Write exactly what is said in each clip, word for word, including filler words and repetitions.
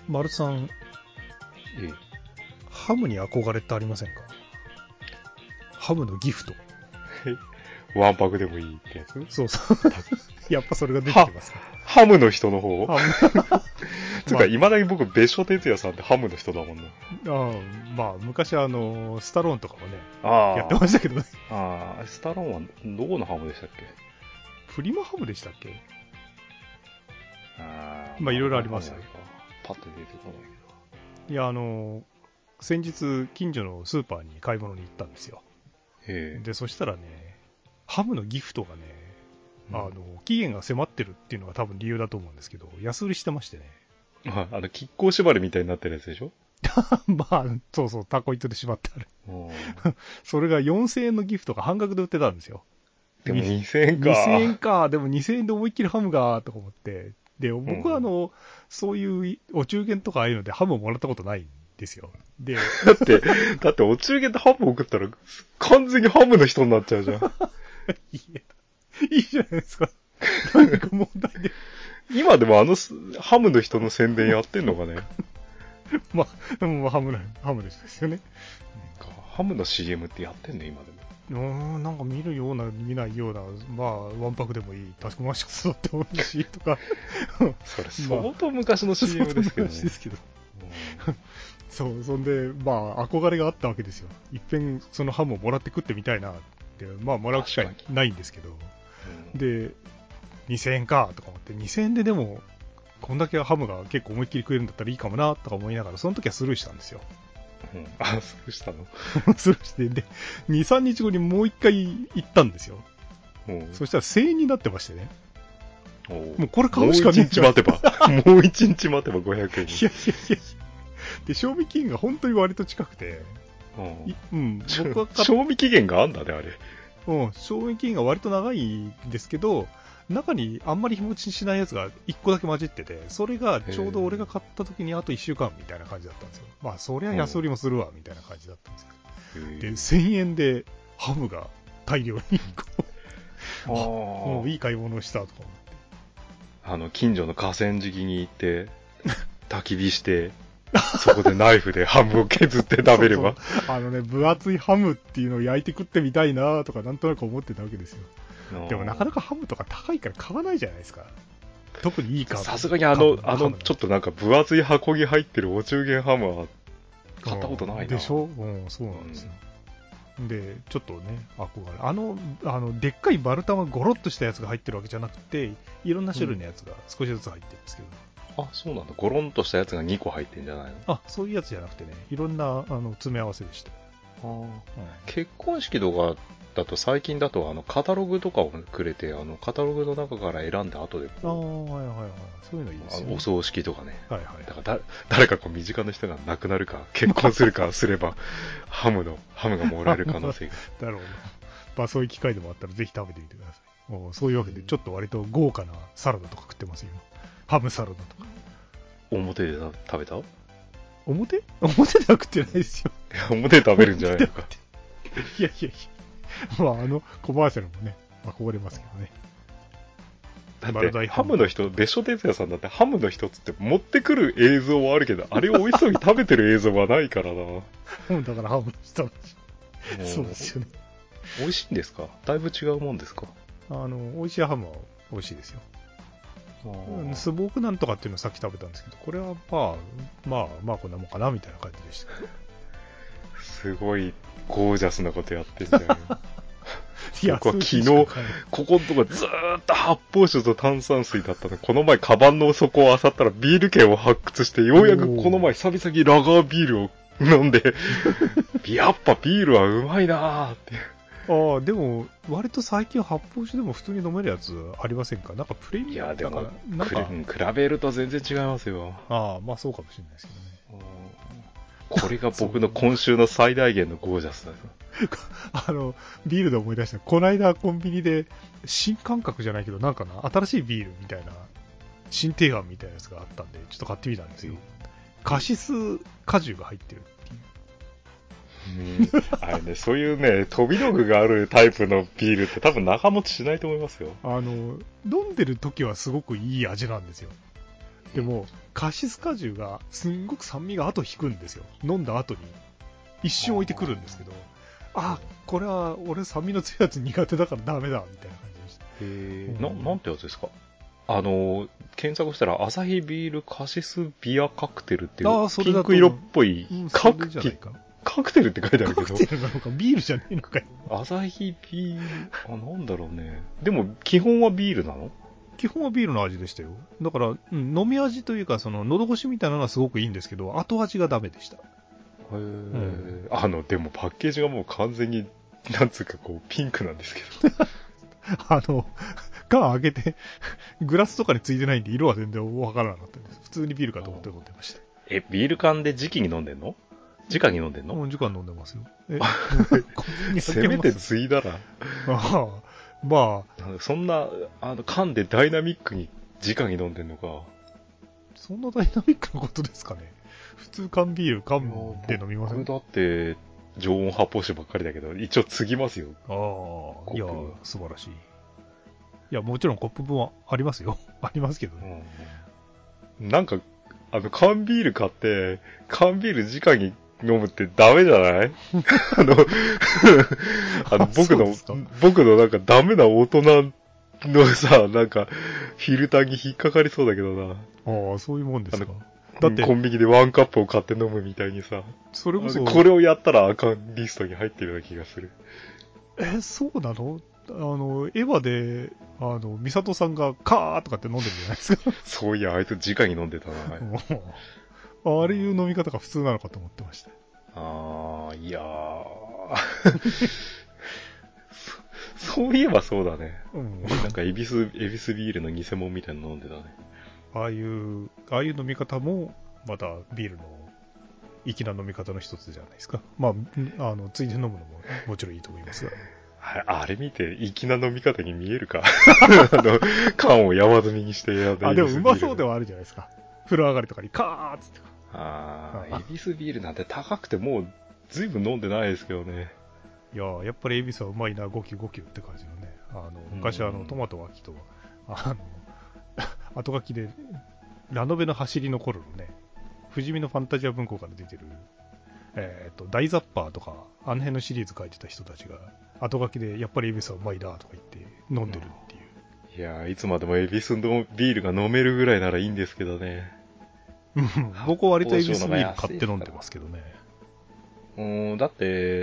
丸さん、 ええ、 ハムに憧れってありませんか？ハムのギフト。 ワンパクでもいいってやつ？ そうそう。やっぱそれが出てきますか。 ハムの人の方？ ハムつうか、いまだに僕、別所哲也さんってハムの人だもんな。 ああ、まあ、昔あの、スタローンとかもね、 あやってましたけどね。 ああ、スタローンはどこのハムでしたっけ？ プリマハムでしたっけ？ あまあ、いろいろありますよ。 パッと出てこないけど。いや、あの、先日、近所のスーパーに買い物に行ったんですよ。 へえ。 で、そしたらね、ハムのギフトがね、 うん、 あの、期限が迫ってるっていうのが多分理由だと思うんですけど、安売りしてましてね。 あ、あの、亀甲縛りみたいになってるやつでしょ？ まあ、そうそう、タコ糸で縛ってある。 うん、 それがよんせんえんのギフトが半額で売ってたんですよ。 でもにせんえんか。 にせんえんか。でもにせんえんで思いっきりハムが、とか思って。で、僕はあの、うん、そういうお中元とかああいうのでハムをもらったことないんですよ。で、 だって、だってお中元でハム送ったら完全にハムの人になっちゃうじゃん。 いや、いいじゃないですか。何か問題で。 今でもあのハムの人の宣伝やってんのかね？ まあ、でもハムの、ハムですよね。 ハムの シーエム ってやってんね、今でも。 うーん、なんか見るような、見ないような、まあ、ワンパクでもいい、タスクマシャツだって美味しいとか。 それ相当昔の シーエム ですけどね。 ですけど。そう、そんで、まあ、憧れがあったわけですよ。いっぺんそのハムをもらって食ってみたいなって、まあ、もらう機会ないんですけど。うん、で、にせんえんかとか思って、にせんえんででも、こんだけハムが結構思いっきり食えるんだったらいいかもなとか思いながら、その時はスルーしたんですよ。 うん、あ、スルーしたの？ スルーして、で、に、さんにちごにもう一回行ったんですよ。そしたらせんえんになってましてね。もうこれ買うしかねえ。 もう一日待てば。もう一日待てばごひゃくえんに。 いやいやいやで、賞味期限が本当に割と近くて。 うん。 うん、 僕は賞味期限があんだね、あれ。 うん、賞味期限が割と長いんですけど、中にあんまり日持ちしないやつがいっこだけ混じってて、それがちょうど俺が買った時にあといっしゅうかんみたいな感じだったんですよ。まあ、そりゃ安売りもするわ、みたいな感じだったんですけど。で、せんえんでハムが大量にこう、もういい買い物をしたとか思って。 あの、近所の河川敷に行って、焚き火して、そこでナイフでハムを削って食べれば。 そうそう、あのね、分厚いハムっていうのを焼いて食ってみたいなとかなんとなく思ってたわけですよ。でもなかなかハムとか高いから買わないじゃないですか。特にいいかさすがにあの、あの、ちょっとなんか分厚い箱に入ってるお中元ハムは買ったことないな。 でしょ？うん、そうなんですよ。うん、で、ちょっとね、憧れ。あの、あの、でっかいバルタンはゴロッとしたやつが入ってるわけじゃなくて、いろんな種類のやつが少しずつ入ってるんですけど。 うん、あ、そうなんだ。ゴロンとしたやつがにこ入ってんじゃないの？ あ、そういうやつじゃなくてね、いろんなあの詰め合わせでした。 あ、うん、結婚式とかだと最近だとあのカタログとかをくれて、あのカタログの中から選んで後でこう、 ああ、はいはいはい、そういうのいいですね。 お葬式とかね、 はいはい、 だからだ誰かこう身近な人が亡くなるか結婚するかすればハムのハムがもらえる可能性が。 なるほど。まあそういう機会でもあったらぜひ食べてみてください。もうそういうわけでちょっと割と豪華なサラダとか食ってますよ。ハムサラダとか。 表で食べた？ 表？表では食ってないですよ。 表で食べるんじゃないのか。 いやいやいや。まああのコマーシャルもね、憧れますけどね。 だってハムの人、別所哲也さんだってハムの一つって持ってくる映像はあるけど、あれを美味しそうに食べてる映像はないからな。 うん、だからハムの人なんですよ。そうですよね。 美味しいんですか？だいぶ違うもんですか？ あの、美味しいハムは美味しいですよ。スモークなんとかっていうのをさっき食べたんですけど、これはまあ、まあ、まあこんなもんかなみたいな感じでした。 すごいゴージャスなことやってんじゃんよ。 いや、 僕は昨日、ここのとこずーっと発泡酒と炭酸水だったの。この前、カバンの底を漁ったらビール券を発掘して、ようやくこの前、久々にラガービールを飲んで、やっぱビールはうまいなーって。 ああ、でも、割と最近発泡酒でも普通に飲めるやつありませんか？なんかプレミアム。いや、でも、なんか比べると全然違いますよ。 ああ、まあそうかもしれないですけどね。 これが僕の今週の最大限のゴージャスだよ。 あの、ビールで思い出した。こないだコンビニで新感覚じゃないけど、なんかな、新しいビールみたいな、新提案みたいなやつがあったんで、ちょっと買ってみたんですよ。カシス果汁が入ってるっていう。 うん、あれね、そういうね、飛び道具があるタイプのビールって多分長持ちしないと思いますよ。 あの、飲んでる時はすごくいい味なんですよ。 でもカシス果汁がすんごく酸味が後引くんですよ。飲んだ後に一瞬置いてくるんですけど、あ、これは俺酸味の強いやつ苦手だからダメだみたいな感じでした。 へー、 うん、 な、なんてやつですか？あの、検索したら、アサヒビールカシスビアカクテルっていう、ピンク色っぽい、 うん、 カクじゃないか。 カクテルって書いてあるけど。 カクテルなのか、ビールじゃねえのかよ。 アサヒビール、あ、なんだろうね。でも、基本はビールなの？ 基本はビールの味でしたよ。だから、うん、飲み味というか、その、喉越しみたいなのはすごくいいんですけど、後味がダメでした。へー、うん、あの、でもパッケージがもう完全に、なんつうかこう、ピンクなんですけど。 あの、缶開けて、グラスとかについてないんで、色は全然わからなかったです。普通にビールかと思って飲んでました。 え、ビール缶で時期に飲んでんの？直に飲んでんの？ うん、時間飲んでますよ。え、 せめてついだら。 ああ、まあ。 そんな、あの、缶でダイナミックに直に飲んでんのか。 そんなダイナミックなことですかね。普通缶ビール、缶で飲みません？ 僕だって、常温発泡酒ばっかりだけど、一応継ぎますよ。 ああ、いや、素晴らしい。いや、もちろんコップ分はありますよ。ありますけどね。 うん、なんか、あの、缶ビール買って、缶ビール直に飲むってダメじゃないあの、あの僕の、僕のなんかダメな大人のさ、なんか、フィルターに引っかかりそうだけどな。 ああ、そういうもんですか。 だってコンビニでワンカップを買って飲むみたいにさ、 それこそこれをやったらあかんリストに入ってるような気がする。 え、そうなの？あの、エヴァで、あの、ミサトさんがカーとかって飲んでるじゃないですか。 そういや、あいつ直に飲んでたな。 ああれいう飲み方が普通なのかと思ってました。 ああ、いやーそ。そういえばそうだね。うん、なんかエビス、エビスビールの偽物みたいなの飲んでたね。 ああいう、ああいう飲み方も、またビールの粋な飲み方の一つじゃないですか。まあ、あの、ついで飲むのももちろんいいと思いますが。 あれ見て、粋な飲み方に見えるかあの、缶を山積みにしてやあ、でもうまそうではあるじゃないですか。風呂上がりとかにカーッつって。 ああ、エビスビールなんて高くてもう、ずいぶん飲んでないですけどね。 いやー、やっぱりエビスはうまいな、ゴキゴキって感じのね。あの、昔あの、トマト脇と、あの、後書きで、ラノベの走りの頃のね、不死身のファンタジア文庫から出てる、えっと、大ザッパーとか、あの辺のシリーズ書いてた人たちが、後書きで、やっぱりエビスはうまいなとか言って飲んでるっていう。 いやー、いつまでもエビスのビールが飲めるぐらいならいいんですけどね。 僕は割とエビスビール買って飲んでますけどね。 うーん、だって、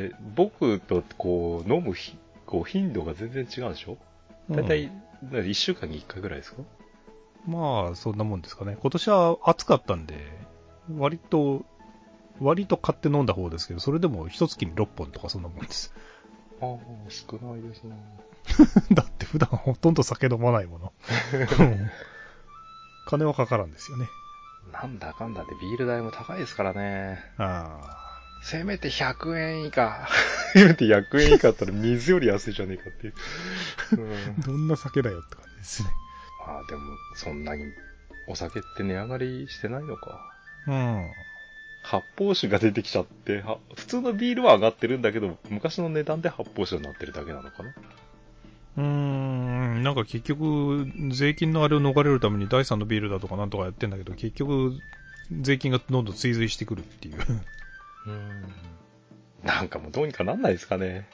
僕とこう、飲むひこう頻度が全然違うでしょ？だいたいいっしゅうかんにいっかいぐらいですか？ まあ、そんなもんですかね。今年は暑かったんで、割と、割と買って飲んだ方ですけど、それでも一月にろっぽんとかそんなもんです。 ああ、少ないですね。 だって普段ほとんど酒飲まないもの。金はかからんですよね。 なんだかんだってビール代も高いですからね。 ああ。 せめてひゃくえん以下。せめてひゃくえん以下だったら水より安いじゃねえかっていう。 うん、どんな酒だよって感じですね。 ああ、でも、そんなにお酒って値上がりしてないのか。 うん。 発泡酒が出てきちゃって、は普通のビールは上がってるんだけど、昔の値段で発泡酒になってるだけなのかな。 うーん、なんか結局、税金のあれを逃れるために第三のビールだとかなんとかやってんだけど、結局、税金がどんどん追随してくるっていう。 うーん。なんかもうどうにかなんないですかね。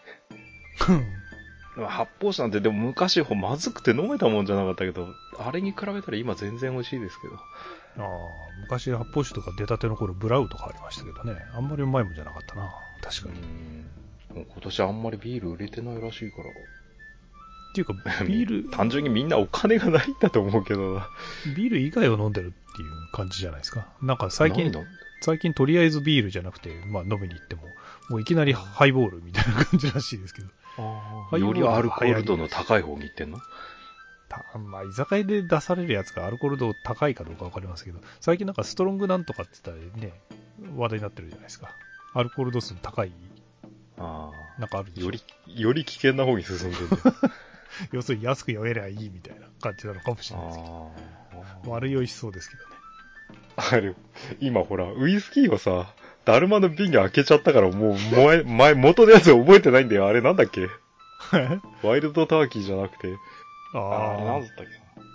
発泡酒なんてでも昔まずくて飲めたもんじゃなかったけど、あれに比べたら今全然美味しいですけど。 ああ、昔発泡酒とか出たての頃ブラウとかありましたけどね、あんまりうまいもんじゃなかったな、確かに。 うん、もう今年あんまりビール売れてないらしいから。 っていうか、ビール、 単純にみんなお金がないんだと思うけどな。 ビール以外を飲んでるっていう感じじゃないですか。なんか最近、最近とりあえずビールじゃなくて、まあ飲みに行っても、もういきなりハイボールみたいな感じらしいですけど。 あよりアルコール度の高い方に行ってんの？ たまあ、居酒屋で出されるやつがアルコール度高いかどうかわかりますけど、最近なんかストロングなんとかって言ったらね、話題になってるじゃないですか。アルコール度数高い、 あなんかあるでしょ。 より、より危険な方に進んでる。 要するに安く酔えりゃいいみたいな感じなのかもしれないですけど。悪い美味しそうですけどね。 あれ、今ほら、ウイスキーをさ、だるまの瓶が開けちゃったからもう前、前、元のやつ覚えてないんだよ。あれなんだっけワイルドターキーじゃなくて。ああ、あれなんだったっけ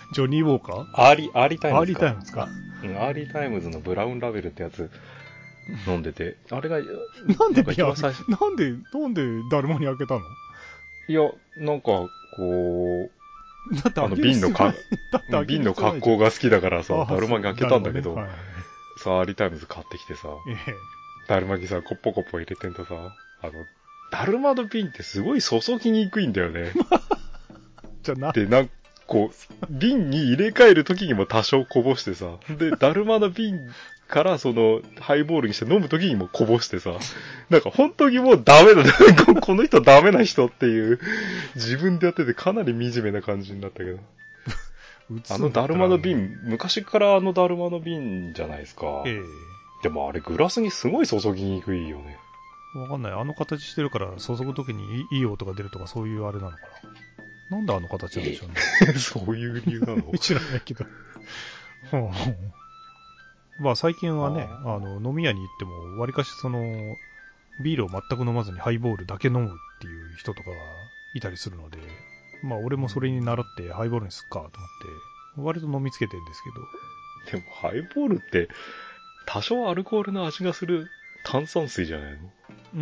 ジョニー・ウォーカーアーリー、アーリータイアーリームズか。 タイムですか。 うん、アーリータイムズのブラウンラベルってやつ飲んでて、あれが、 なんでなんかビア一番最初、 なんで、なんでだるまに開けたの？ いや、なんか、こう、 だってあの、瓶のか、 だって開け瓶のる必要ないじゃん格好が好きだからさ、 あだるまに開けたんだけど、 だるまねさ、アーリータイムズ買ってきてさ、 はいええだるまにさ、コッポコッポ入れてんとさ、あの、だるまの瓶ってすごい注ぎにくいんだよね。 じゃあな、 で、なんか、こう、瓶に入れ替える時にも多少こぼしてさ、で、だるまの瓶からその、ハイボールにして飲む時にもこぼしてさ、なんか本当にもうダメだ、この人ダメな人っていう、自分でやっててかなり惨めな感じになったけど。あのだるまの瓶、昔からあのだるまの瓶じゃないですか。 ええでもあれグラスにすごい注ぎにくいよね。 わかんない。あの形してるから注ぐときにいいいい音が出るとかそういうあれなのかな。なんであの形なんでしょうね。 そういう理由なの知らないけど。ほうほうまあ最近はね、あの飲み屋に行っても、わりかしその、ビールを全く飲まずにハイボールだけ飲むっていう人とかがいたりするので、まあ俺もそれに習ってハイボールにすっかと思って、割と飲みつけてるんですけど。 でもハイボールって多少アルコールの味がする炭酸水じゃないの？ うん。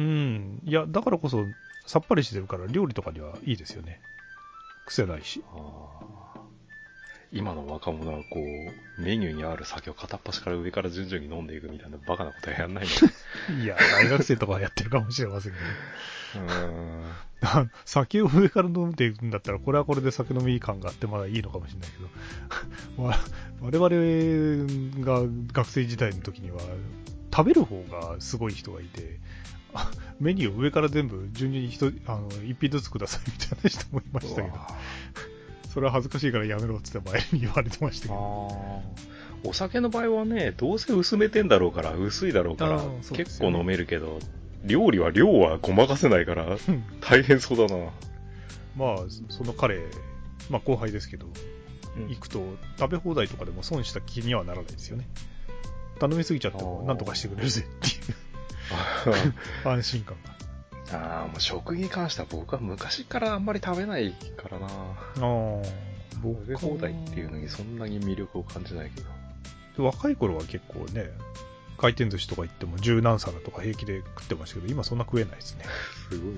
いや、だからこそさっぱりしてるから料理とかにはいいですよね。癖ないし。 あ今の若者はこう、メニューにある酒を片っ端から上から順々に飲んでいくみたいなバカなことはやんないの？ いや、大学生とかはやってるかもしれませんけど。 うーんあ酒を上から飲んでいくんだったら、これはこれで酒飲み感があってまだいいのかもしれないけど、わ我々が学生時代の時には、食べる方がすごい人がいて、あメニューを上から全部順々に一あの一品ずつくださいみたいな人もいましたけど、それは恥ずかしいからやめろって前に言われてましたけど。 お酒の場合はね、どうせ薄めてんだろうから、薄いだろうから、 あーそうです結よね構飲めるけど、料理は量はごまかせないから、大変そうだな。 まあ、その彼、まあ後輩ですけど、 うん行くと食べ放題とかでも損した気にはならないですよね。頼みすぎちゃってもなんとかしてくれるぜっていう安心感が。 ああ、もう食に関しては僕は昔からあんまり食べないからな。 ああ、 食べ放題っていうのにそんなに魅力を感じないけど。 若い頃は結構ね、回転寿司とか行っても十何皿とか平気で食ってましたけど、今そんな食えないですね。 すごいな。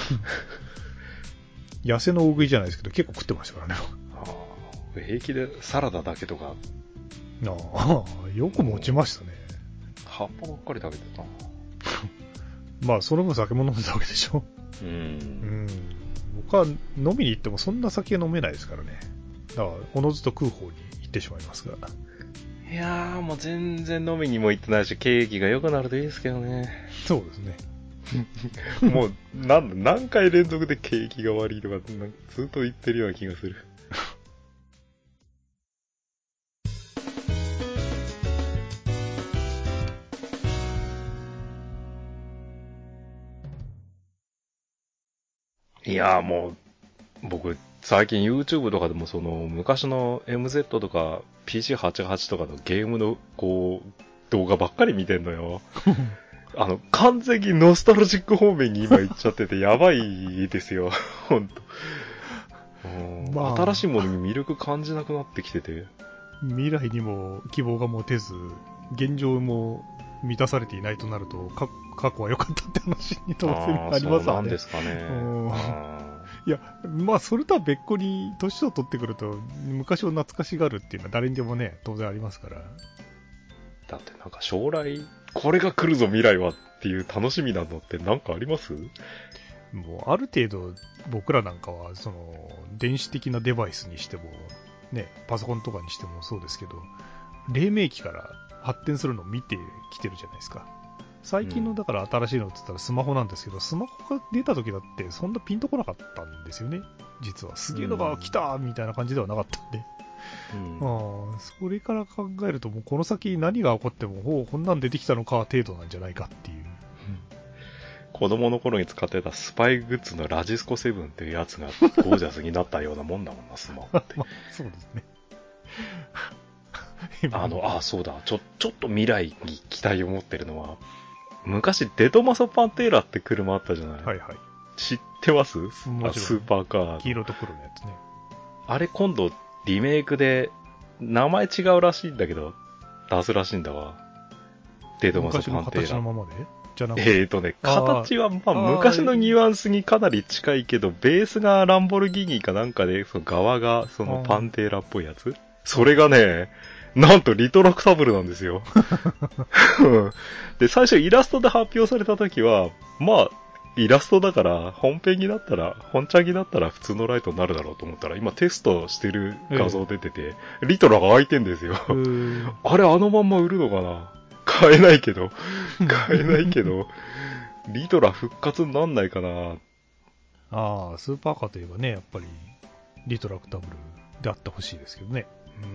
痩せの大食いじゃないですけど、結構食ってましたからね。 ああ、平気でサラダだけとか。 ああ、よく持ちましたね。 葉っぱばっかり食べてたな。 まあ、その分酒も飲んでたわけでしょ。 う。 うんん。僕は飲みに行ってもそんな酒飲めないですからね。だから、おのずと食う方に行ってしまいますが。 いやー、もう全然飲みにも行ってないし、景気が良くなるといいですけどね。 そうですね。 もう、なん何回連続で景気が悪いとか、なんかずっと言ってるような気がする。いやーもう、僕、最近 YouTube とかでもその、昔の エムゼット とか ピーシーはちじゅうはち とかのゲームの、こう、動画ばっかり見てんのよ。あの、完全にノスタルジック方面に今行っちゃってて、やばいですよ。ほんと。まあ、新しいものに魅力感じなくなってきてて。 未来にも希望が持てず、現状も満たされていないとなると、か過去は良かったって話に当然ありますわね。 そうなんですかね。 いや、まあ、それとは別個に、年を取ってくると、昔を懐かしがるっていうのは誰にでもね、当然ありますから。 だってなんか将来、これが来るぞ未来はっていう楽しみなのってなんかあります？ もう、ある程度、僕らなんかは、その、電子的なデバイスにしても、ね、パソコンとかにしてもそうですけど、黎明期から発展するのを見てきてるじゃないですか。最近のだから新しいのって言ったらスマホなんですけど、スマホが出た時だってそんなピンとこなかったんですよね。実はすげえのが来たみたいな感じではなかったんで、うん、あそれから考えるともうこの先何が起こってもほうこんなん出てきたのか程度なんじゃないかっていう、うん、 子供の頃に使ってたスパイグッズのラジスコセブンっていうやつがゴージャスになったようなもんだもんな、スマホって。 まあ、そうですね。 あの、あ、そうだ、ちょ、ちょっと未来に期待を持ってるのは、昔デトマソパンテーラって車あったじゃない？ はいはい。 知ってます？ もちろんスーパーカー。 黄色と黒のやつね。 あれ今度リメイクで、名前違うらしいんだけど、出すらしいんだわ。デートマスパンテーラ。 昔の形のままでじゃなくて。えーとね、形は、まあ、昔のニュアンスにかなり近いけど、ベースがランボルギーニかなんかで、その側がそのパンテーラっぽいやつそれがね、なんとリトラクタブルなんですよ。で、最初イラストで発表された時は、まあ、イラストだから、本編になったら、本ちゃんになったら普通のライトになるだろうと思ったら、今テストしてる画像出てて、えー、リトラが開いてんですよ。あれ、あのまんま売るのかな買えないけど、買えないけど、リトラ復活になんないかな。 ああ、スーパーカーといえばね、やっぱり、リトラクタブルであってほしいですけどね。 うん、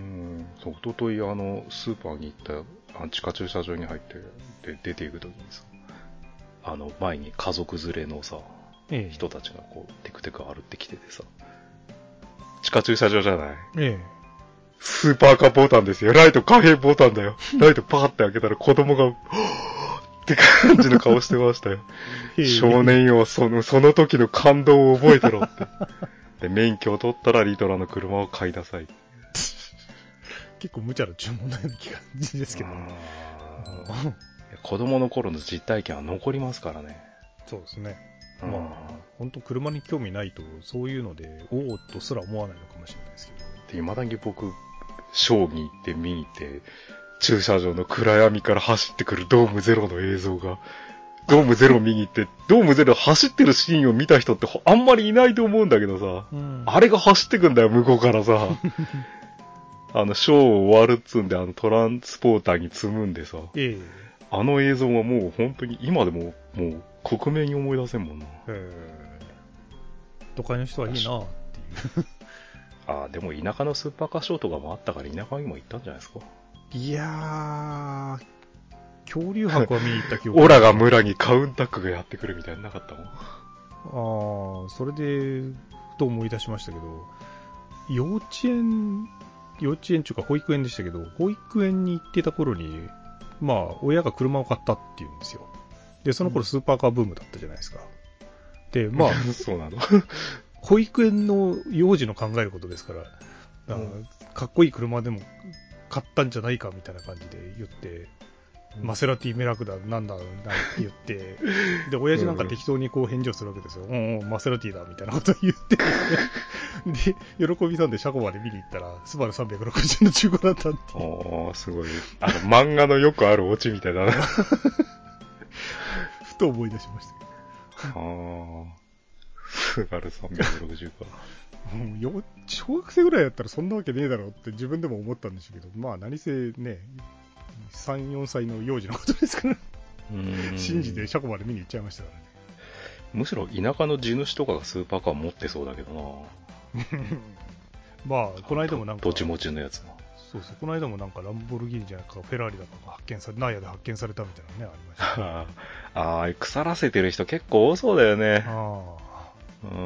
そう、一昨日あの、スーパーに行った、地下駐車場に入って、で、出ていくときにさ、あの、前に家族連れのさ、ええ、人たちがこう、テクテク歩ってきててさ、地下駐車場じゃないええ。スーパーカーボタンですよ。ライト開閉ボタンだよ。ライトパーって開けたら子供が、って感じの顔してましたよ。少年よ、その、その時の感動を覚えてろって。で、免許を取ったらリトラの車を買いなさい。 結構無茶な注文のような感じですけどね。 子供の頃の実体験は残りますからね。 そうですね。まあ、本当車に興味ないと、そういうので、おおっとすら思わないのかもしれないですけど。 で、未だに僕、ショーに行って見に行って、駐車場の暗闇から走ってくるドームゼロの映像が、ドームゼロ見に行って、ドームゼロ走ってるシーンを見た人ってあんまりいないと思うんだけどさ、うん、あれが走ってくんだよ、向こうからさ。あの、ショー終わるっつんで、あのトランスポーターに積むんでさ、ええ、あの映像はもう本当に今でももう克明に思い出せんもんな。へ都会の人はいいなっていう。 ああ、でも田舎のスーパーカーショーとかもあったから田舎にも行ったんじゃないですか。 いやー、恐竜博は見に行った記憶オラが村にカウンタックがやってくるみたいなのなかったもん。ああ、それで、ふと思い出しましたけど、幼稚園、幼稚園中か保育園でしたけど、保育園に行ってた頃に、まあ、親が車を買ったっていうんですよ。で、その頃スーパーカーブームだったじゃないですか。で、まあ、 そうなの保育園の幼児の考えることですから、うん、かっこいい車でも買ったんじゃないかみたいな感じで言って、うん、マセラティメラクだ、なんだ、なんて言って、で、親父なんか適当にこう返事をするわけですよ。うん、うん、マセラティだ、みたいなことを言って、で、喜びさんで車庫まで見に行ったら、スバルさんびゃくろくじゅうの中古だったっていう。 ああ、すごい。あの、漫画のよくあるオチみたいだな。ふと思い出しましたけど。 ああ。スバルさんびゃくろくじゅうか。 もう小学生ぐらいだったらそんなわけねえだろうって自分でも思ったんでしょうけど、まあ何せね、さん、よんさいの幼児のことですから、信じて車庫まで見に行っちゃいましたからね。 むしろ田舎の地主とかがスーパーカー持ってそうだけどな。 まあ、この間もなんか、 土地持ちのやつも。 そうそう、この間もなんかランボルギーニじゃなくてフェラーリだとか発見され、ナイアで発見されたみたいなね、ありました、ね。 ああ、腐らせてる人結構多そうだよね。ああ。うん。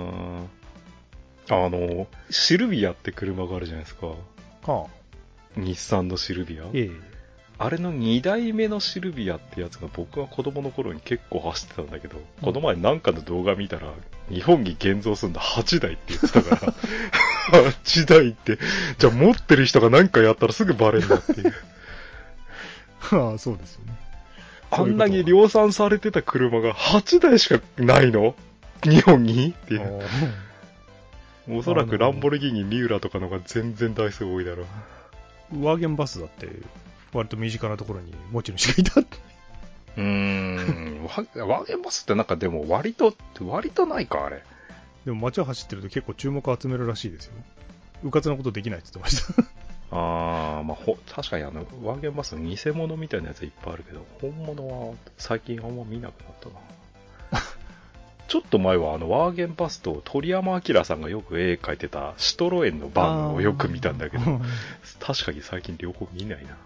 あの、シルビアって車があるじゃないですか。はあ。日産のシルビア。ええ。あれのにだいめのシルビアってやつが僕は子供の頃に結構走ってたんだけど、うん、この前なんかの動画見たら、日本に現像するんだはちだいって言ってたから、はちだいって、じゃあ持ってる人が何かやったらすぐバレるんだっていう。 ああ、そうですよね。 あんなに量産されてた車がはちだいしかないの日本にっていう。おそらくランボルギーニ、ミューラとかの方が全然台数多いだろう。ワーゲンバスだって、割と身近なところに持ち主がいた。うーん。ワーゲンバスってなんかでも割と、割とないか、あれ。 でも街を走ってると結構注目を集めるらしいですよ。うかつなことできないって言ってました。 あー、まあ、ほ、確かにあの、ワーゲンバスの偽物みたいなやついっぱいあるけど、本物は最近あんま見なくなったな。ちょっと前はあの、ワーゲンバスと鳥山明さんがよく絵描いてたシトロエンのバンをよく見たんだけど、確かに最近両方見ないな。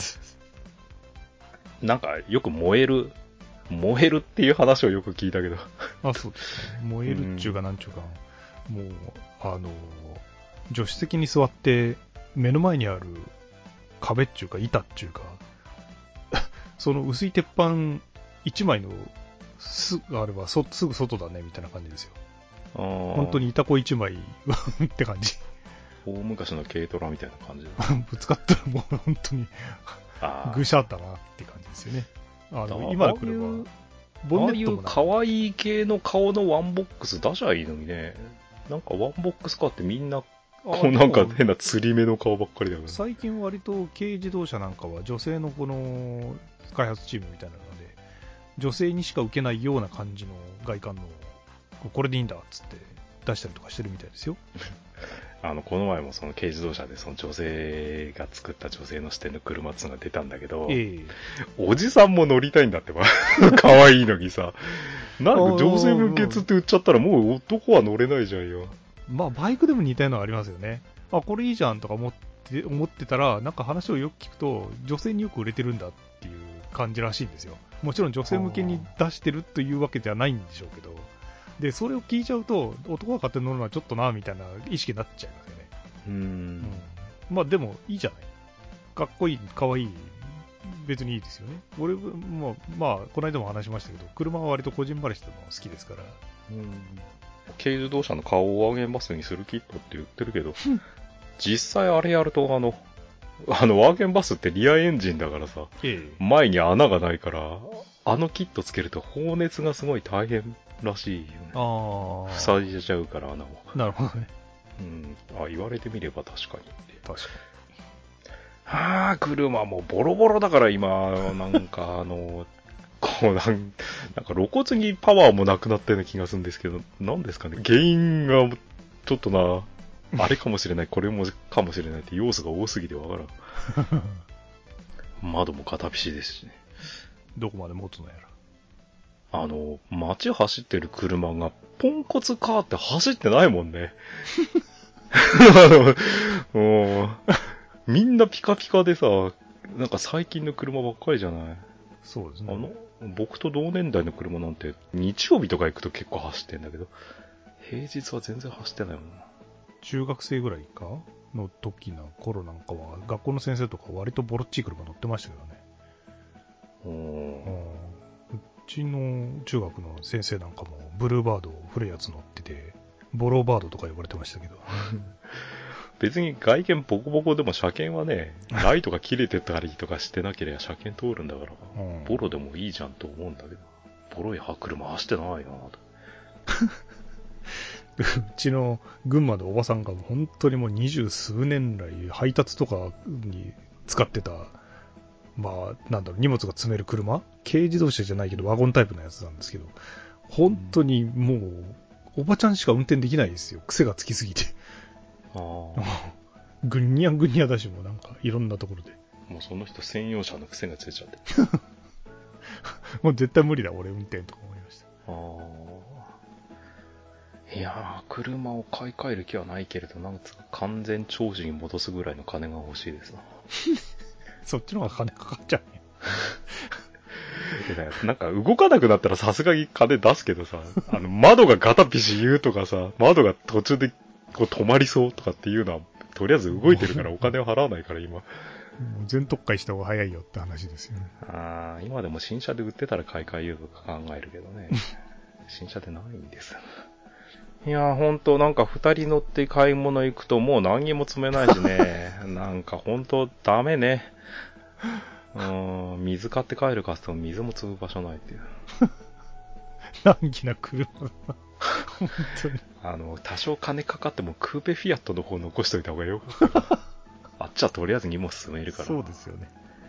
なんかよく燃える、燃えるっていう話をよく聞いたけど。 あ、そうですね。燃えるっちゅうかなんちゅうか、うん、もう、あの、助手席に座って目の前にある壁っちゅうか板っちゅうか、その薄い鉄板一枚のすあればそすぐ外だねみたいな感じですよ。本当に板子一枚って感じ。 大昔の軽トラみたいな感じだ。 ぶつかったらもう本当にぐしゃったなって感じですよね。あの今の車はボンネットもない。 ああいう可愛い系の顔のワンボックス出しゃいいのにね。なんかワンボックスカーってみんなこうなんか変な釣り目の顔ばっかりだから。 最近割と軽自動車なんかは女性のこの開発チームみたいなので女性にしか受けないような感じの外観のこれでいいんだっつって出したりとかしてるみたいですよ。 あのこの前もその軽自動車でその女性が作った女性の視点の車っていうのが出たんだけど、ええ、おじさんも乗りたいんだってば可愛いのにさ、なんか女性向けつって売っちゃったらもう男は乗れないじゃんよ。 まあバイクでも似たようなのありますよね。あ、これいいじゃんとか思って思ってたらなんか話をよく聞くと女性によく売れてるんだっていう感じらしいんですよ。もちろん女性向けに出してるというわけじゃないんでしょうけど。で、それを聞いちゃうと、男が勝手に乗るのはちょっとな、みたいな意識になっちゃいますよね。 うーん。うん、 まあでも、いいじゃない。かっこいい、かわいい、別にいいですよね。俺も、まあ、この間も話しましたけど、車は割とこじんまりしてるの好きですから。 うん。軽自動車の顔をワーゲンバスにするキットって言ってるけど、実際あれやると、あの、あの、ワーゲンバスってリアエンジンだからさ、ええ、前に穴がないから、あのキットつけると放熱がすごい大変らしいよね。ああ。塞いじゃうから穴を。 なるほどね。 うん。あ、言われてみれば確かに。 確かに。 はあ、車もボロボロだから今、なんかあの、こうなん、なんか露骨にパワーもなくなったような気がするんですけど、なんですかね。原因がちょっとな、あれかもしれない、これもかもしれないって要素が多すぎてわからん。窓も片ピシですしね。 どこまで持つのやら。 あの、街走ってる車がポンコツカーって走ってないもんね。あの、もう、みんなピカピカでさ、なんか最近の車ばっかりじゃない。 そうですね。 あの、僕と同年代の車なんて日曜日とか行くと結構走ってんだけど、平日は全然走ってないもんな。 中学生ぐらいかの時の頃なんかは、学校の先生とか割とボロっちい車乗ってましたけどね。うちの中学の先生なんかもブルーバード古いやつ乗っててボローバードとか呼ばれてましたけど別に外見ボコボコでも車検はねライトが切れてたりとかしてなければ車検通るんだから、うん、ボロでもいいじゃんと思うんだけどボロい車走ってないなとうちの群馬のおばさんが本当にもう二十数年来配達とかに使ってたまあ、なんだろう、荷物が積める車軽自動車じゃないけど、ワゴンタイプのやつなんですけど、本当にもう、おばちゃんしか運転できないですよ。癖がつきすぎて。あぐにゃぐにゃだし、もうなんか、いろんなところで。 もうその人専用車の癖がついちゃって。 もう絶対無理だ、俺運転とか思いました。 あいやー、車を買い替える気はないけれど、なんか完全長寿に戻すぐらいの金が欲しいですな。 そっちの方が金かかっちゃうね。 なんか動かなくなったらさすがに金出すけどさ、あの窓がガタピシ言うとかさ、窓が途中でこう止まりそうとかっていうのは、とりあえず動いてるからお金を払わないから今。 全特化した方が早いよって話ですよね。 ああ、今でも新車で売ってたら買い替えようとか考えるけどね。新車でないんです。いやーほんとなんか二人乗って買い物行くともう何にも積めないしね。なんかほんとダメね。うーん、水買って帰るかって言っても水も積む場所ないっていう。 難儀な車が。本当に。 あの、多少金かかってもクーペフィアットの方残しといた方がよかったから。あっちはとりあえず荷物積めるから。 そうですよね。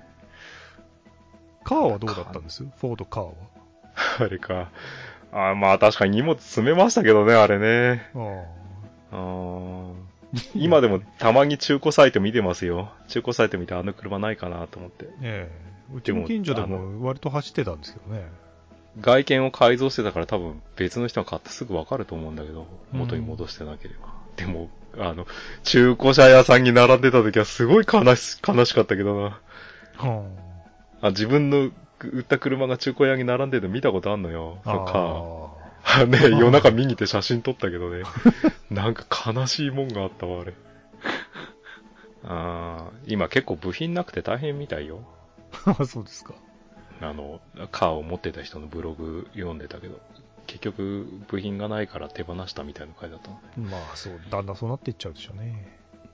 カーはどうだったんですフォードカーは。 あれか。あまあ確かに荷物積めましたけどね、あれね。ああ今でもたまに中古サイト見てますよ。中古サイト見てあの車ないかなと思って。 ええ。うちの近所でも割と走ってたんですけどね。 外見を改造してたから多分別の人が買ってすぐわかると思うんだけど、元に戻してなければ。でも、あの、中古車屋さんに並んでた時はすごい悲し、悲しかったけどな。はあ、あ自分の売った車が中古屋に並んでるの見たことあんのよ。そのカー。ね、夜中見に行って写真撮ったけどね。なんか悲しいもんがあったわ、あれ。あ今結構部品なくて大変みたいよ。 そうですか。 あの、カーを持ってた人のブログ読んでたけど、結局部品がないから手放したみたいな回だったの。 まあそう、だんだんそうなっていっちゃうでしょうね。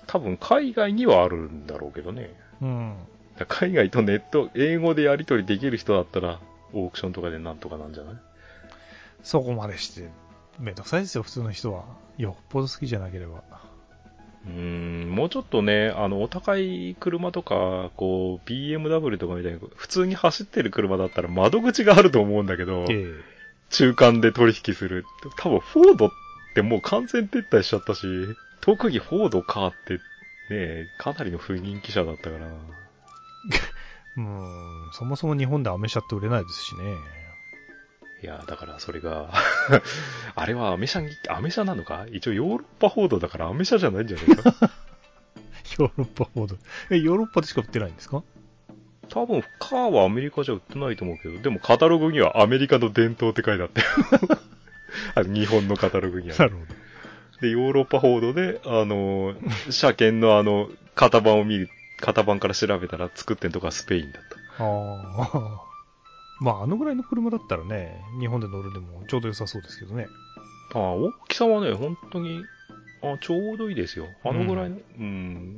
多分海外にはあるんだろうけどね。 うん。 海外とネット、英語でやり取りできる人だったら、オークションとかでなんとかなんじゃない？ そこまでして、めんどくさいですよ、普通の人は。よっぽど好きじゃなければ。 うーん、もうちょっとね、あの、お高い車とか、こう、ビーエムダブリュー とかみたいに、普通に走ってる車だったら窓口があると思うんだけど、 ええ、 中間で取引する。多分、フォードってもう完全撤退しちゃったし、特にフォードカーってね、かなりの不人気車だったから。 うん、そもそも日本でアメ車って売れないですしね。 いや、だからそれが、あれはアメ車に、アメ車なのか？一応ヨーロッパフォードだからアメ車じゃないんじゃないかヨーロッパフォード。え、ヨーロッパでしか売ってないんですか？ 多分、カーはアメリカじゃ売ってないと思うけど、でもカタログにはアメリカの伝統って書いてあって。あの日本のカタログには、ね。 なるほど。 で、ヨーロッパフォードで、あの、車検のあの、型番を見る、型番から調べたら作ってんとかスペインだった。 ああ。まあ、あのぐらいの車だったらね、日本で乗るでもちょうど良さそうですけどね。 ああ、大きさはね、本当に、あちょうどいいですよ。あのぐらいの、うん、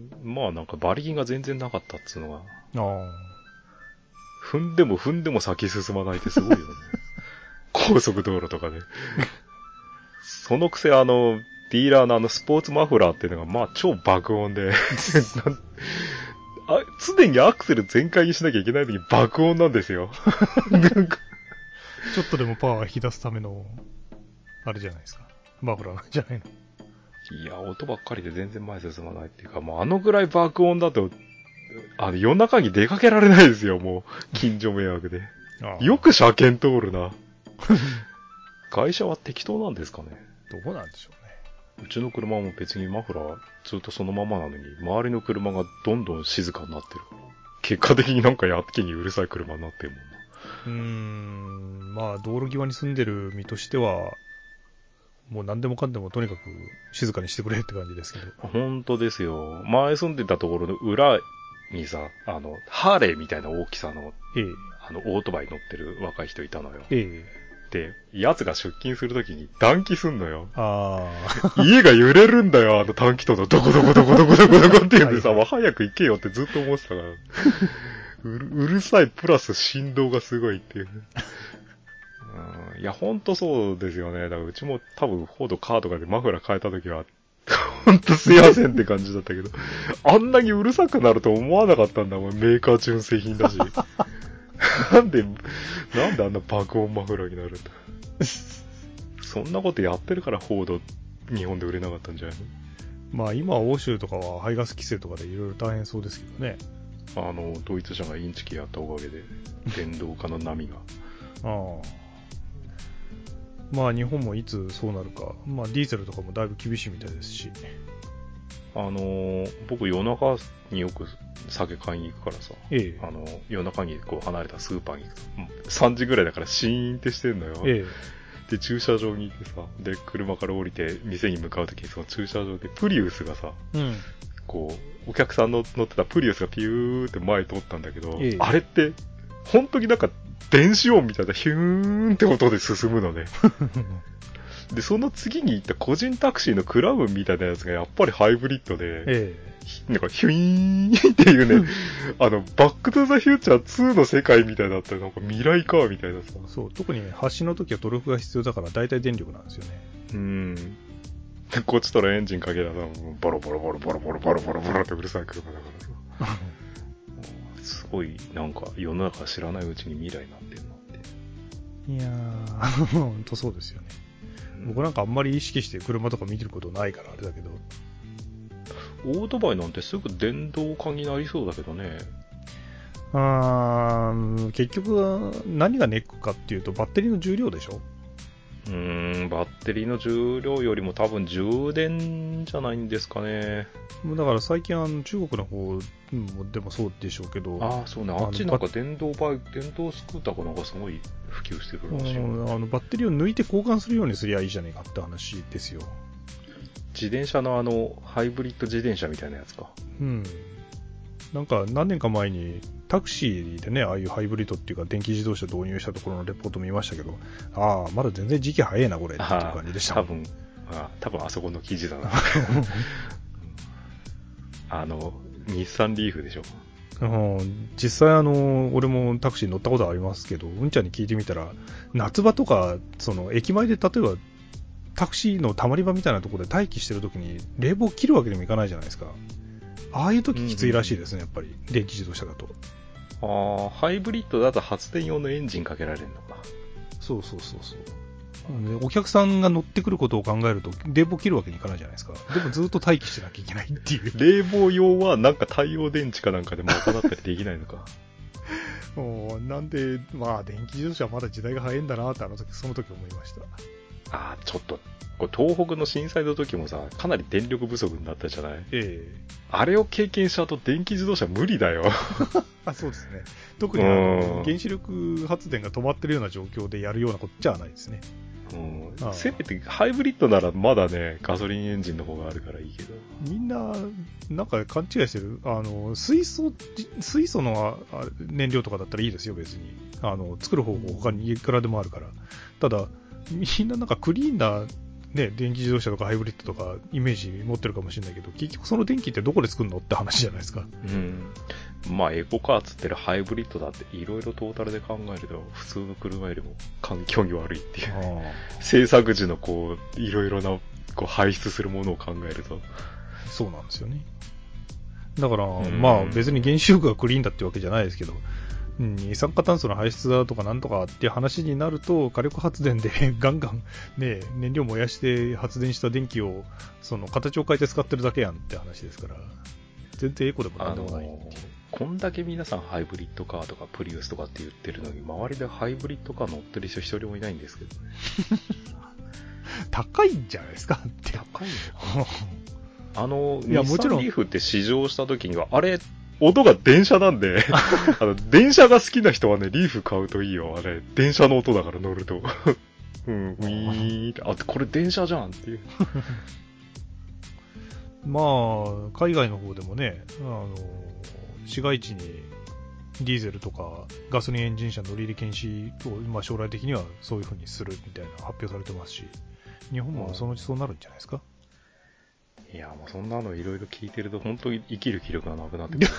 うん、まあなんか馬力が全然なかったっつうのが。 ああ。 踏んでも踏んでも先進まないってすごいよね。高速道路とかで。そのくせあの、ディーラーのあのスポーツマフラーっていうのがまあ超爆音であ、常にアクセル全開にしなきゃいけないのに爆音なんですよ。なんかちょっとでもパワー引き出すための、あれじゃないですか。マフラーなんじゃないの？ いや、音ばっかりで全然前進まないっていうか、もうあのぐらい爆音だと、あの夜中に出かけられないですよ、もう。近所迷惑で。よく車検通るな。会社は適当なんですかね。 どうなんでしょうね。 うちの車も別にマフラーずっとそのままなのに、周りの車がどんどん静かになってるから。結果的になんかやっけにうるさい車になってるもんな。 うーん、まあ道路際に住んでる身としては、もう何でもかんでもとにかく静かにしてくれって感じですけど。 本当ですよ。前住んでたところの裏にさ、あの、ハーレーみたいな大きさの、 ええ、 あの、オートバイ乗ってる若い人いたのよ。 ええ。 で、奴が出勤するときに暖気すんのよ。 ああ。 家が揺れるんだよ、あの短気筒のどこどこどこどこどこどこって言うんでさ、はいはい、早く行けよってずっと思ってたから。うる、うるさいプラス振動がすごいっていう。うん、いや、ほんとそうですよね。だからうちも多分フォードカーとかでマフラー変えたときは、ほんとすいませんって感じだったけど、あんなにうるさくなると思わなかったんだもん、メーカー純正品だし。なんで、なんであんな爆音マフラーになるんだ。そんなことやってるからフォード、日本で売れなかったんじゃないの？ まあ今は欧州とかは排ガス規制とかでいろいろ大変そうですけどね。 あの、ドイツ車がインチキやったおかげで、電動化の波が。 ああ。まあ日本もいつそうなるか。まあディーゼルとかもだいぶ厳しいみたいですし。 あのー、僕夜中によく酒買いに行くからさ、 ええ、 あの、夜中にこう離れたスーパーに行くと、さんじぐらいだからシーンってしてんのよ。 ええ、で、駐車場に行ってさ、で、車から降りて店に向かうときにその駐車場でプリウスがさ、 うん、 こう、お客さんの乗ってたプリウスがピューって前通ったんだけど、 ええ、 あれって、本当になんか電子音みたいなヒューンって音で進むのね。で、その次に行った個人タクシーのクラウンみたいなやつがやっぱりハイブリッドで、 ええ、なんかヒュイーンっていうね、あの、バックトゥザフューチャーツーの世界みたいだったらなんか未来かみたいなさ。 そう、特にね、発進の時はトルクが必要だから大体電力なんですよね。 うーん。で、こっちとらエンジンかけたらボロボロボロボロボロボロボロボロってうるさい車だからさ。すごい、なんか世の中知らないうちに未来になってるなって。 いやー、ほんとそうですよね。僕なんかあんまり意識して車とか見てることないからあれだけど。 オートバイなんてすぐ電動化になりそうだけどね。 あー、結局は何がネックかっていうとバッテリーの重量でしょ？ うーん、バッテリーの重量よりも多分充電じゃないんですかね。 だから最近あの中国の方でもそうでしょうけど。 ああ、そうね。あっちなんか電動バイク、電動スクーターかなんかすごい普及してるらしいよ。 あのバッテリーを抜いて交換するようにすりゃいいじゃねえかって話ですよ。 自転車のあの、ハイブリッド自転車みたいなやつか。 うん。なんか何年か前にタクシーでね、ああいうハイブリッドっていうか電気自動車導入したところのレポート見ましたけど、ああ、まだ全然時期早いなこれっていう感じでした。 多分、あ多分あそこの記事だな。 あの、日産リーフでしょ。 うん、実際あの、俺もタクシー乗ったことありますけど、うんちゃんに聞いてみたら、夏場とか、その、駅前で例えば、タクシーのたまり場みたいなところで待機してるときに、冷房切るわけにもいかないじゃないですか。ああいうとききついらしいですね、やっぱり。電気自動車だと。 ああ、ハイブリッドだと発電用のエンジンかけられるのか。 そうそうそうそう。お客さんが乗ってくることを考えると、冷房切るわけにいかないじゃないですか。でもずっと待機してなきゃいけないっていう。 冷房用はなんか太陽電池かなんかで賄ったりできないのか。 もうなんで、まあ電気自動車はまだ時代が早いんだなってあの時、その時思いました。 ああ、ちょっと、これ東北の震災の時もさ、かなり電力不足になったじゃない？ ええ。 あれを経験した後、電気自動車無理だよ。 あ、そうですね。特にあの原子力発電が止まってるような状況でやるようなことじゃないですね。 うん、せめてハイブリッドならまだね、ガソリンエンジンの方があるからいいけど。 みんな、なんか勘違いしてる。あの、水素、水素の燃料とかだったらいいですよ、別に。あの、作る方法他にいくらでもあるから。ただ、みんななんかクリーンな、ね、電気自動車とかハイブリッドとかイメージ持ってるかもしれないけど、結局その電気ってどこで作るのって話じゃないですか。 うん。まあ、エコカーつってるハイブリッドだっていろいろトータルで考えると、普通の車よりも環境に悪いっていう。制作時のこう、いろいろなこう排出するものを考えると。 そうなんですよね。だから、まあ別に原子力がクリーンだってわけじゃないですけど、二酸化炭素の排出だとかなんとかっていう話になると、火力発電でガンガン、ね、燃料燃やして発電した電気をその形を変えて使ってるだけやんって話ですから、全然エコでもなんでもないっていう。あのー、 こんだけ皆さんハイブリッドカーとかプリウスとかって言ってるのに、周りでハイブリッドカー乗ってる人一人もいないんですけどね。 高いんじゃないですかって。 高いのかあの、いや、もちろん。ニッサンリーフって試乗した時には、あれ、音が電車なんで、あの、電車が好きな人はね、リーフ買うといいよ。あれ、電車の音だから乗ると。うん、ウィーンって、あ、これ電車じゃんっていう。 まあ、海外の方でもね、あの、市街地にディーゼルとかガソリンエンジン車乗り入れ禁止を、まあ、将来的にはそういう風にするみたいな発表されてますし、日本もそのうちそうなるんじゃないですか。 いや、もうそんなのいろいろ聞いてると本当に生きる気力がなくなってくる。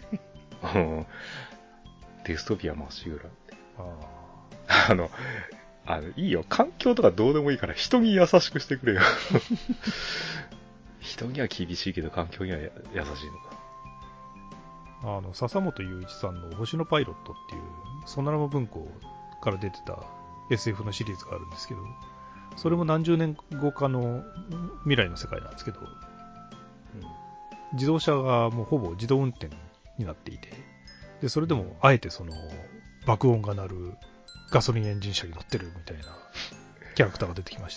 デストピアまっしぐらって。ああの、あの、いいよ。環境とかどうでもいいから人に優しくしてくれよ。人には厳しいけど環境には優しいのか。 あの、笹本雄一さんの星のパイロットっていう、ソナラマ文庫から出てた エスエフ のシリーズがあるんですけど、それも何十年後かの未来の世界なんですけど、うん、自動車がもうほぼ自動運転になっていて、でそれでもあえてその爆音が鳴るガソリンエンジン車に乗ってるみたいなキャラクターが出てきました。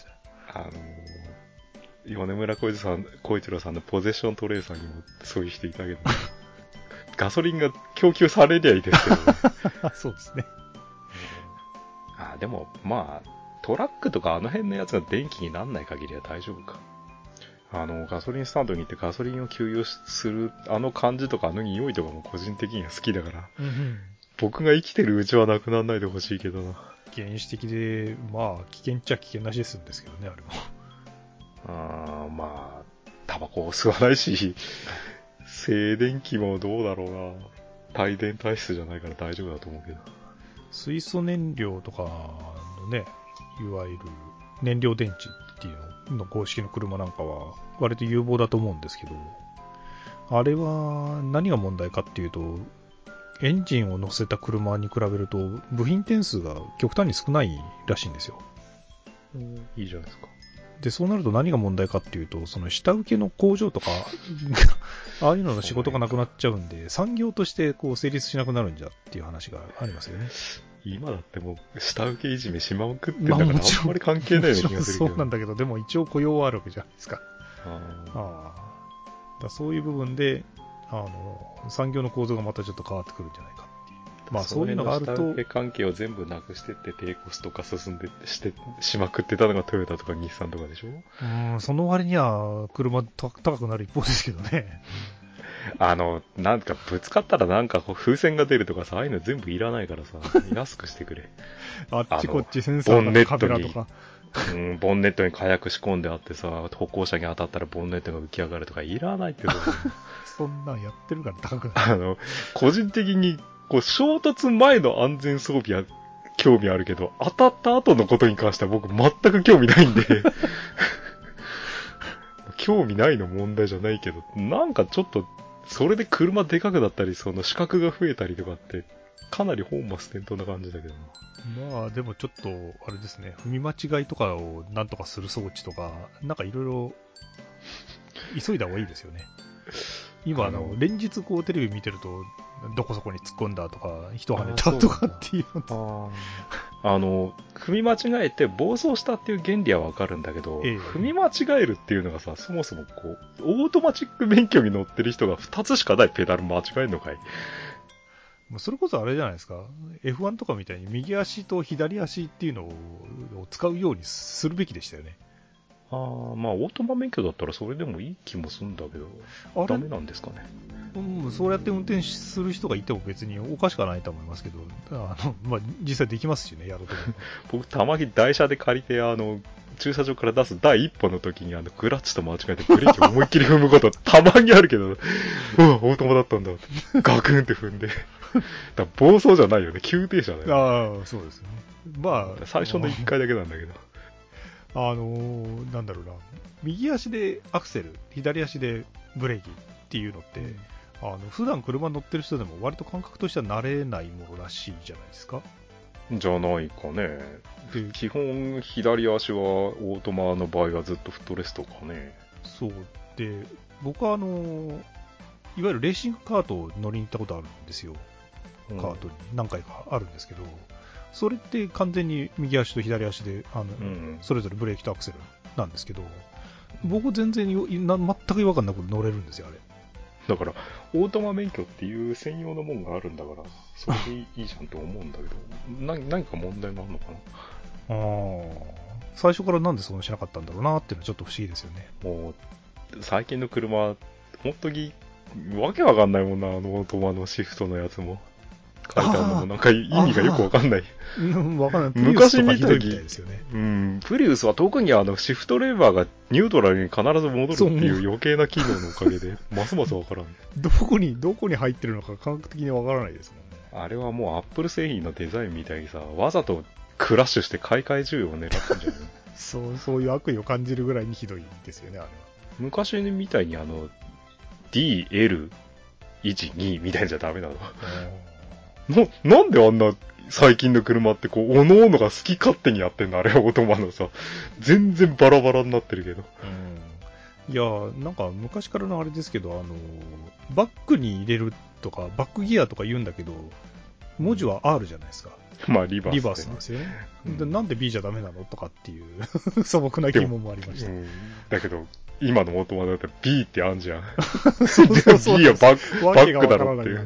あのー、米村浩一さん、浩一郎さんのポゼッショントレーサーにもそういう人いたけど、ガソリンが供給されりゃいいですけどね。 そうですね。 あ、でもまあトラックとかあの辺のやつが電気になんない限りは大丈夫か。あの、ガソリンスタンドに行ってガソリンを給油する、あの感じとかあの匂いとかも個人的には好きだから、うんうん、僕が生きてるうちはなくならないでほしいけどな。 原始的で、まあ、危険っちゃ危険なシステムですけどね、あれも。 あまあ、タバコを吸わないし、静電気もどうだろうな。帯電体質じゃないから大丈夫だと思うけど。 水素燃料とかのね、いわゆる燃料電池っていうのの公式の車なんかは割と有望だと思うんですけど、あれは何が問題かっていうと、エンジンを乗せた車に比べると部品点数が極端に少ないらしいんですよ。 うん、いいじゃないですか。 で、そうなると何が問題かっていうと、その下請けの工場とかああいうのの仕事がなくなっちゃうんで、産業としてこう成立しなくなるんじゃっていう話がありますよね。 今だってもう下請けいじめしまくってんだから、まあ、あんまり関係ないような気がするけど。 そうなんだけど、でも一応雇用はあるわけじゃないですか。ああだそういう部分であの産業の構造がまたちょっと変わってくるんじゃないかっていう。まあそういうのがあると。 下請け関係を全部なくしてって低コスト化進んでってしてしまくってたのがトヨタとか日産とかでしょ。 うん、その割には車高くなる一方ですけどね。 あの、なんかぶつかったらなんか風船が出るとかさ、ああいうの全部いらないからさ、安くしてくれ。 あっちこっちセンサーとかカメラとかうん、ボンネットに火薬仕込んであってさ、歩行者に当たったらボンネットが浮き上がるとかいらないってこと。 そんなんやってるから高くない。 あの、個人的に、こう、衝突前の安全装備は興味あるけど、当たった後のことに関しては僕全く興味ないんで、興味ないの問題じゃないけど、なんかちょっと、それで車でかくなったり、その死角が増えたりとかって、かなり本末転倒な感じだけどな。 まあでもちょっと、あれですね、踏み間違いとかをなんとかする装置とか、なんかいろいろ、急いだ方がいいですよね。今、あの、連日こうテレビ見てると、どこそこに突っ込んだとか、人跳ねたとかっていうのああの、踏み間違えて暴走したっていう原理はわかるんだけど、ええ、踏み間違えるっていうのがさ、そもそもこう、オートマチック免許に乗ってる人がふたつしかないペダル間違えるのかい。 それこそあれじゃないですか、エフワン とかみたいに右足と左足っていうのを使うようにするべきでしたよね。 ああ、まあオートマ免許だったらそれでもいい気もするんだけど、ダメなんですかね。 うん、そうやって運転する人がいても別におかしくはないと思いますけど、あの、まあ、実際できますしね、やろうと思う。 僕、たまに台車で借りて、あの、駐車場から出す第一歩の時に、あの、クラッチと間違えてブレーキを思いっきり踏むことたまにあるけど、うわ、オートマだったんだ、ガクンって踏んで。だ暴走じゃないよね、急停車だよね。 ああ、そうですね。まあ、 最初のいっかいだけなんだけど。 あのー、なんだろうな、右足でアクセル、左足でブレーキっていうのって、うんあの普段車乗ってる人でも割と感覚としては慣れないものらしいじゃないですか。 じゃないかね。基本左足はオートマの場合はずっとフットレストかね。 そうで僕はあのいわゆるレーシングカートを乗りに行ったことあるんですよ。カートに何回かあるんですけど、それって完全に右足と左足であの、うん、それぞれブレーキとアクセルなんですけど、僕全然な全く違和感なく乗れるんですよあれ。 だから、オートマ免許っていう専用のもんがあるんだから、それでいいじゃんと思うんだけど、何, 何か問題があるのかな。 あ最初からなんでそうしなかったんだろうなっていうのはちょっと不思議ですよね。 もう、最近の車、本当に、わけわかんないもんな、あのオートマのシフトのやつも。書いてあるのもなんか意味がよくわかんない。 わかんない。 昔見た時、 ですよね、 うん、プリウスは特にあのシフトレバーがニュートラルに必ず戻るっていう余計な機能のおかげで、ますますわからん。 どこに、どこに入ってるのか感覚的にわからないですもんね。 あれはもうアップル製品のデザインみたいにさ、わざとクラッシュして買い替え需要を狙ったんじゃないそう、そういう悪意を感じるぐらいにひどいですよね、あれは。 昔みたいにあの、ディーエルいち、に みたいなじゃダメなの。な、なんであんな最近の車ってこう、おのおのが好き勝手にやってんのあれ、オートマのさ。全然バラバラになってるけど。 うん、いや、なんか昔からのあれですけど、あの、バックに入れるとか、バックギアとか言うんだけど、文字は アール じゃないですか。 まあ、リバース、ね。 リバースなんですよね。うん、でなんで B じゃダメなのとかっていう素朴な疑問もありました。 うん、だけど、今のオートマだったら B ってあんじゃん。そうそうそう B はバック、バックだろっていう。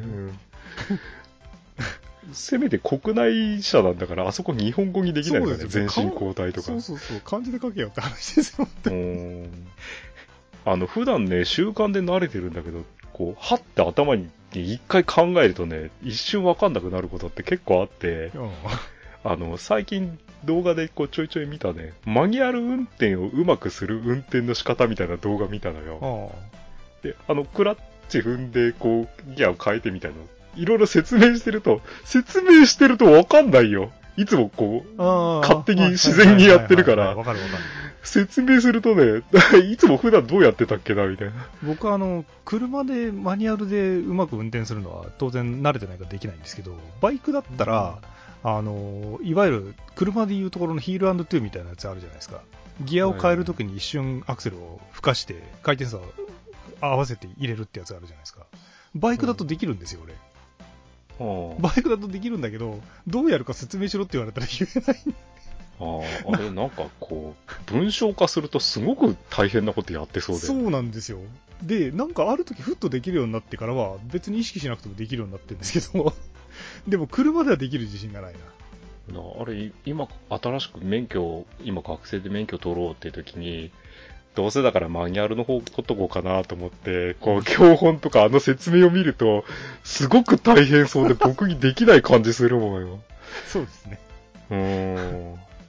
せめて国内車なんだから、あそこ日本語にできないからね、全身交代とか。 そうそうそう、漢字で書けよって話ですよ。 あの、普段ね、習慣で慣れてるんだけど、こう、はって頭に一回考えるとね、一瞬わかんなくなることって結構あって、あの、最近動画でこうちょいちょい見たね、マニュアル運転をうまくする運転の仕方みたいな動画見たのよ。で、あの、クラッチ踏んで、こう、ギアを変えてみたいな。いろいろ説明してると、説明してるとわかんないよ。いつもこう、勝手に自然にやってるから、説明するとね、いつも普段どうやってたっけな、みたいな。 僕はあの、車でマニュアルでうまく運転するのは当然慣れてないからできないんですけど、バイクだったら、あの、いわゆる車でいうところのヒール&トゥーみたいなやつあるじゃないですか。ギアを変えるときに一瞬アクセルを吹かして回転数を合わせて入れるってやつあるじゃないですか。バイクだとできるんですよ、俺。バイクだとできるんだけど、どうやるか説明しろって言われたら言えない。 ああ、あれなんかこう、文章化するとすごく大変なことやってそうで。 そうなんですよ。で、なんかある時ふっとできるようになってからは別に意識しなくてもできるようになってるんですけど、でも車ではできる自信がないな。 なあれ、今、新しく免許、今学生で免許取ろうっていう時に、どうせだからマニュアルの方取っとこうかなと思って、こう、教本とかあの説明を見ると、すごく大変そうで僕にできない感じするもんよ。 そうですね。 うーん。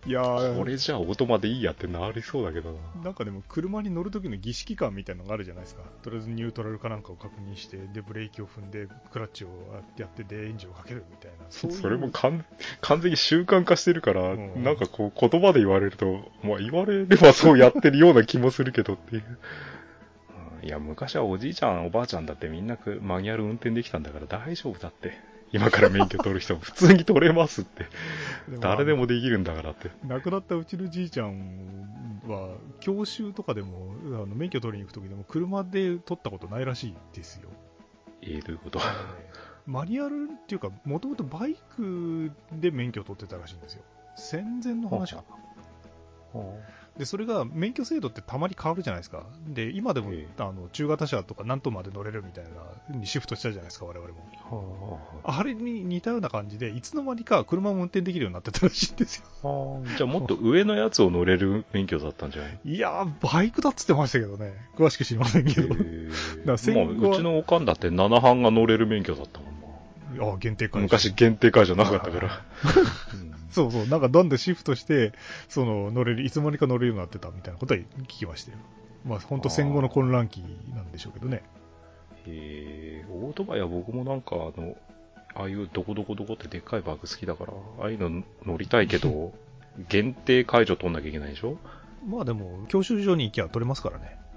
いやー、 これじゃあオートマでいいやってなりそうだけどな。 なんかでも車に乗る時の儀式感みたいなのがあるじゃないですか。とりあえずニュートラルかなんかを確認して、でブレーキを踏んでクラッチをやってでエンジンをかけるみたいな、そういう。 それも完完全に習慣化してるから、うん、なんかこう言葉で言われると、まあ言われればそうやってるような気もするけどっていう。いや、昔はおじいちゃんおばあちゃんだってみんなマニュアル運転できたんだから大丈夫だって。今から免許取る人も普通に取れますって。誰でもできるんだからって。 亡くなったうちのじいちゃんは、教習とかでも、あの免許取りに行くときでも車で取ったことないらしいですよ。 えー、どういうこと？ マニュアルっていうか、もともとバイクで免許取ってたらしいんですよ。戦前の話かな。はあでそれが免許制度ってたまに変わるじゃないですか。で今でも、えー、あの中型車とか何トンまで乗れるみたいなにシフトしたじゃないですか、我々も。はあ、あれに似たような感じでいつの間にか車も運転できるようになってたらしいんですよ。 はあ、じゃあもっと上のやつを乗れる免許だったんじゃない？ いやー、バイクだっつってましたけどね。詳しく知りませんけど。えー、だ戦後は、まあ、うちのおかんだってなな班が乗れる免許だったもんな。 ああ、限定解除。 昔限定解除なかったから。 うんそうそう、なんかどんどんシフトして、その乗れる、いつの間にか乗れるようになってたみたいなことは聞きましたよ。まあ本当戦後の混乱期なんでしょうけどね。 へえ、オートバイは僕もなんかあの、ああいうどこどこどこってでっかいバイク好きだから、ああいうの乗りたいけど、限定解除取んなきゃいけないでしょ？ まあでも、教習所に行きゃ取れますからね。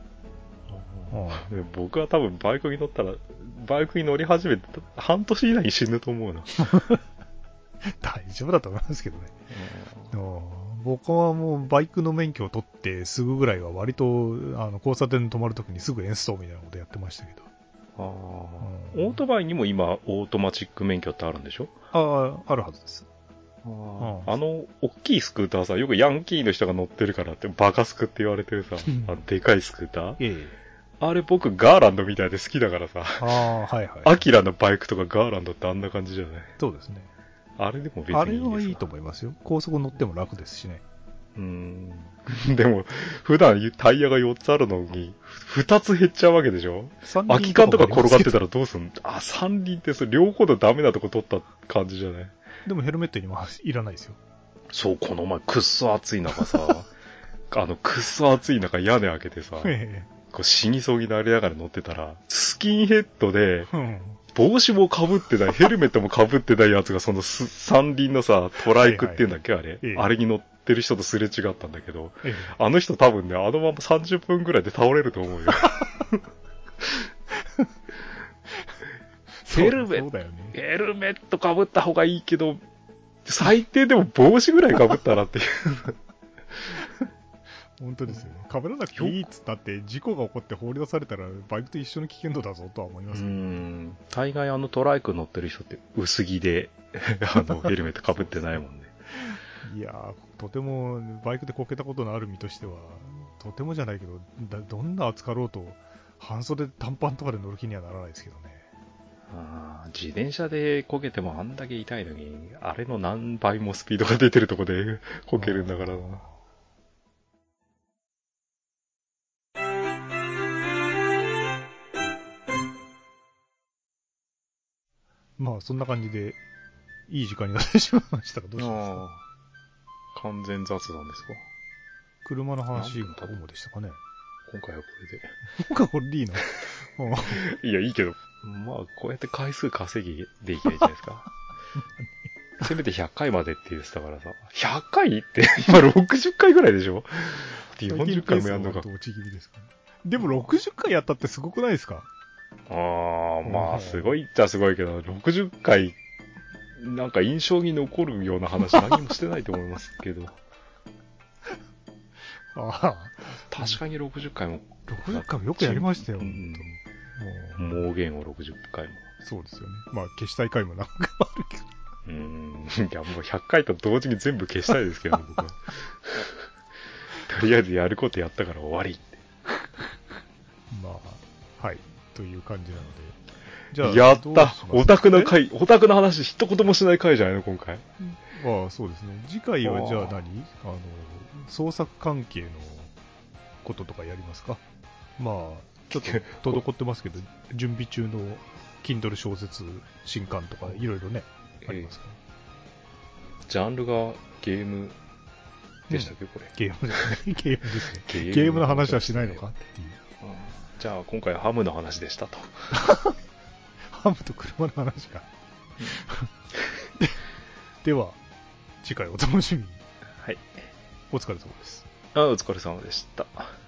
僕は多分バイクに乗ったら、バイクに乗り始めて半年以内に死ぬと思うな。 大丈夫だと思いますけどね。僕はもうバイクの免許を取ってすぐぐらいは割とあの交差点に止まるときにすぐエンストみたいなことやってましたけど。 あ、うん、オートバイにも今オートマチック免許ってあるんでしょ？ ああ、あるはずです。 あ, あの大きいスクーターさ、よくヤンキーの人が乗ってるからってバカスクって言われてるさ、あのでかいスクーター、ええ、あれ僕ガーランドみたいで好きだからさ、 ああ、はいはい。 アキラのバイクとかガーランドってあんな感じじゃない？ そうですね。 あれでも別にいいですか？ あれはいいと思いますよ。高速乗っても楽ですしね。 うーん。でも、普段タイヤがよっつあるのに、ふたつ減っちゃうわけでしょ？空き缶とか転がってたらどうすんの？あ、三輪ってそれ両方のダメなとこ取った感じじゃない？ でもヘルメットにもいらないですよ。 そう、この前くっそ暑い中さ、あのくっそ暑い中屋根開けてさ、こう死にそうになりながら乗ってたら、スキンヘッドで、うん帽子も被ってない、ヘルメットも被ってないやつがその三輪のさ、トライクっていうんだっけ、はいはい、あれ、ええ、あれに乗ってる人とすれ違ったんだけど、ええ、あの人多分ね、あのままさんじゅっぷんぐらいで倒れると思うよ。ヘルメット、ね、ヘルメット被った方がいいけど、最低でも帽子ぐらい被ったらっていう。 本当ですよね。被らなくていいっつったって、事故が起こって放り出されたら、バイクと一緒の危険度だぞとは思いますけど、ね。うん。 大概あのトライク乗ってる人って薄着で、あの、ヘルメット被ってないもんね。 いやー、とても、バイクでこけたことのある身としては、とてもじゃないけど、だどんな暑かろうと、半袖短パンとかで乗る気にはならないですけどね。 あ自転車でこけてもあんだけ痛いのに、あれの何倍もスピードが出てるとこでこけるんだからな。 まあそんな感じでいい時間になってしまいましたがどうしますか？ 完全雑談ですか？ 車の話が主でしたかね。 今回はこれで。 今回これでいいの？ いやいいけど。まあこうやって回数稼ぎでいきゃいいじゃないですか。せめてひゃっかいまでって言ってたからさ。ひゃっかいって今ろくじゅっかいぐらいでしょ？よんじゅっかいもやんのか。 でもろくじゅっかいやったってすごくないですか？ ああ、まあ、すごいっちゃすごいけど、ろくじゅっかい、なんか印象に残るような話何もしてないと思いますけど。 ああ。 確かにろくじゅっかいも。 ろくじゅっかいもよくやりましたよ、うん、 もう。盲言をろくじゅっかいも。 そうですよね。まあ、消したい回もなんかあるけど。 うーん。いや、もうひゃっかいと同時に全部消したいですけど、僕は。とりあえずやることやったから終わりって。 まあ、はい。という感じなので。じゃあやったオタクの回、オタクの話一言もしない回じゃないの今回。 まあそうですね。次回はじゃあ何あの、創作関係のこととかやりますか？まあ、ちょっと滞ってますけど、準備中の Kindle 小説新刊とかいろいろね、ありますから。 ジャンルがゲームでしたっけ、これ。 ゲームですね。ゲームですね。 ゲームゲームの話はしないのかっていう。 うんじゃあ、今回はハムの話でしたと。 ハムと車の話か。では、次回お楽しみに。 はい。 お疲れ様です。 あ、お疲れ様でした。